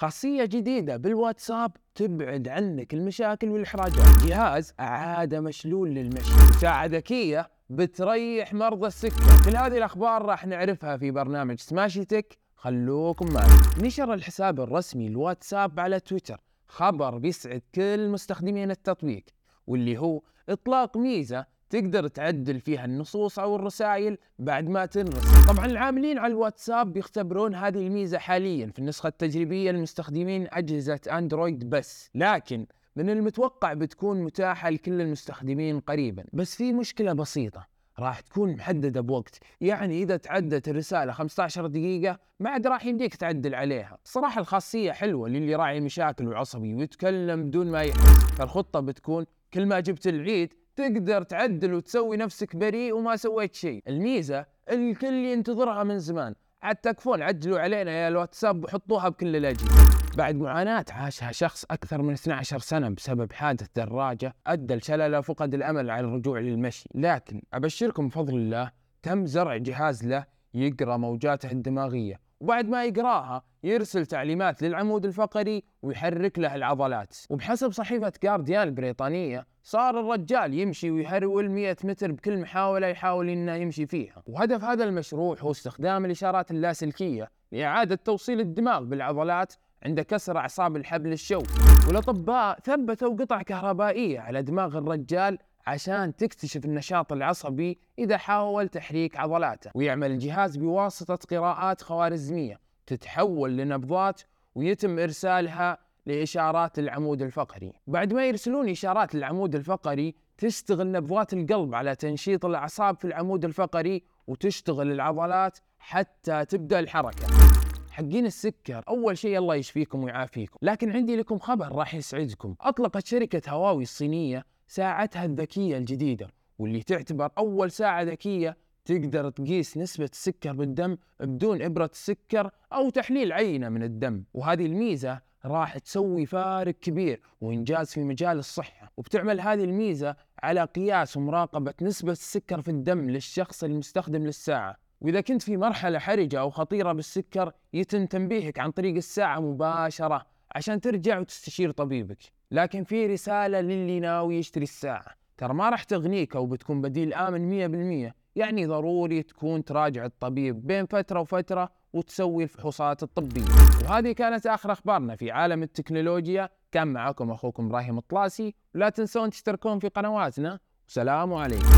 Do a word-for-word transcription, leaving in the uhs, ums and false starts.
خاصية جديدة بالواتساب تبعد عنك المشاكل والإحراجات. جهاز عادة مشلول للمشي، ساعة ذكية بتريح مرضى السكر. كل هذه الأخبار راح نعرفها في برنامج سماشي تك، خلوكم معي. نشر الحساب الرسمي الواتساب على تويتر خبر بيسعد كل مستخدمين التطبيق، واللي هو إطلاق ميزة تقدر تعدل فيها النصوص أو الرسائل بعد ما تنرسل. طبعا العاملين على الواتساب بيختبرون هذه الميزة حاليا في النسخة التجريبية لمستخدمين أجهزة أندرويد بس، لكن من المتوقع بتكون متاحة لكل المستخدمين قريبا. بس في مشكلة بسيطة، راح تكون محددة بوقت، يعني إذا تعدت الرسالة خمسة عشر دقيقة ما عاد راح يمديك تعدل عليها. صراحة الخاصية حلوة للي راعي مشاكل وعصبي ويتكلم بدون ما يحس. فالخطة بتكون كل ما جبت العيد تقدر تعدل وتسوي نفسك بريء وما سويت شيء. الميزة الكل ينتظرها من زمان، عاد تكفون عدلوا علينا يا الواتساب وحطوها بكل الأجهزة. بعد معاناة عاشها شخص أكثر من اثنتي عشرة سنة بسبب حادث دراجة أدى لشلل فقد الأمل على الرجوع للمشي، لكن أبشركم بفضل الله تم زرع جهاز له يقرأ موجاته الدماغية، وبعد ما يقراها يرسل تعليمات للعمود الفقري ويحرك له العضلات. وبحسب صحيفة جارديان البريطانية صار الرجال يمشي ويهرول مئة متر بكل محاولة يحاول إنه يمشي فيها. وهدف هذا المشروع هو استخدام الإشارات اللاسلكية لإعادة توصيل الدماغ بالعضلات عند كسر أعصاب الحبل الشوكي. والأطباء ثبتوا قطع كهربائية على دماغ الرجال عشان تكتشف النشاط العصبي إذا حاول تحريك عضلاته. ويعمل الجهاز بواسطة قراءات خوارزمية تتحول لنبضات ويتم إرسالها لإشارات العمود الفقري. بعد ما يرسلون إشارات للعمود الفقري تشتغل نبضات القلب على تنشيط الأعصاب في العمود الفقري وتشتغل العضلات حتى تبدأ الحركة. حقين السكر أول شيء الله يشفيكم ويعافيكم، لكن عندي لكم خبر راح يسعدكم. أطلقت شركة هواوي الصينية ساعتها الذكية الجديدة، واللي تعتبر أول ساعة ذكية تقدر تقيس نسبة السكر بالدم بدون إبرة السكر أو تحليل عينة من الدم. وهذه الميزة راح تسوي فارق كبير وإنجاز في مجال الصحة. وبتعمل هذه الميزة على قياس ومراقبة نسبة السكر في الدم للشخص المستخدم للساعة، وإذا كنت في مرحلة حرجة أو خطيرة بالسكر يتم تنبيهك عن طريق الساعة مباشرة عشان ترجع وتستشير طبيبك. لكن في رسالة للي ناوي يشتري الساعة، ترى ما راح تغنيك أو بتكون بديل آمن مية بالمية، يعني ضروري تكون تراجع الطبيب بين فترة وفترة وتسوي الفحوصات الطبية. وهذه كانت آخر أخبارنا في عالم التكنولوجيا. كان معكم أخوكم إبراهيم الطلاسي، ولا تنسون تشتركون في قنواتنا، والسلام عليكم.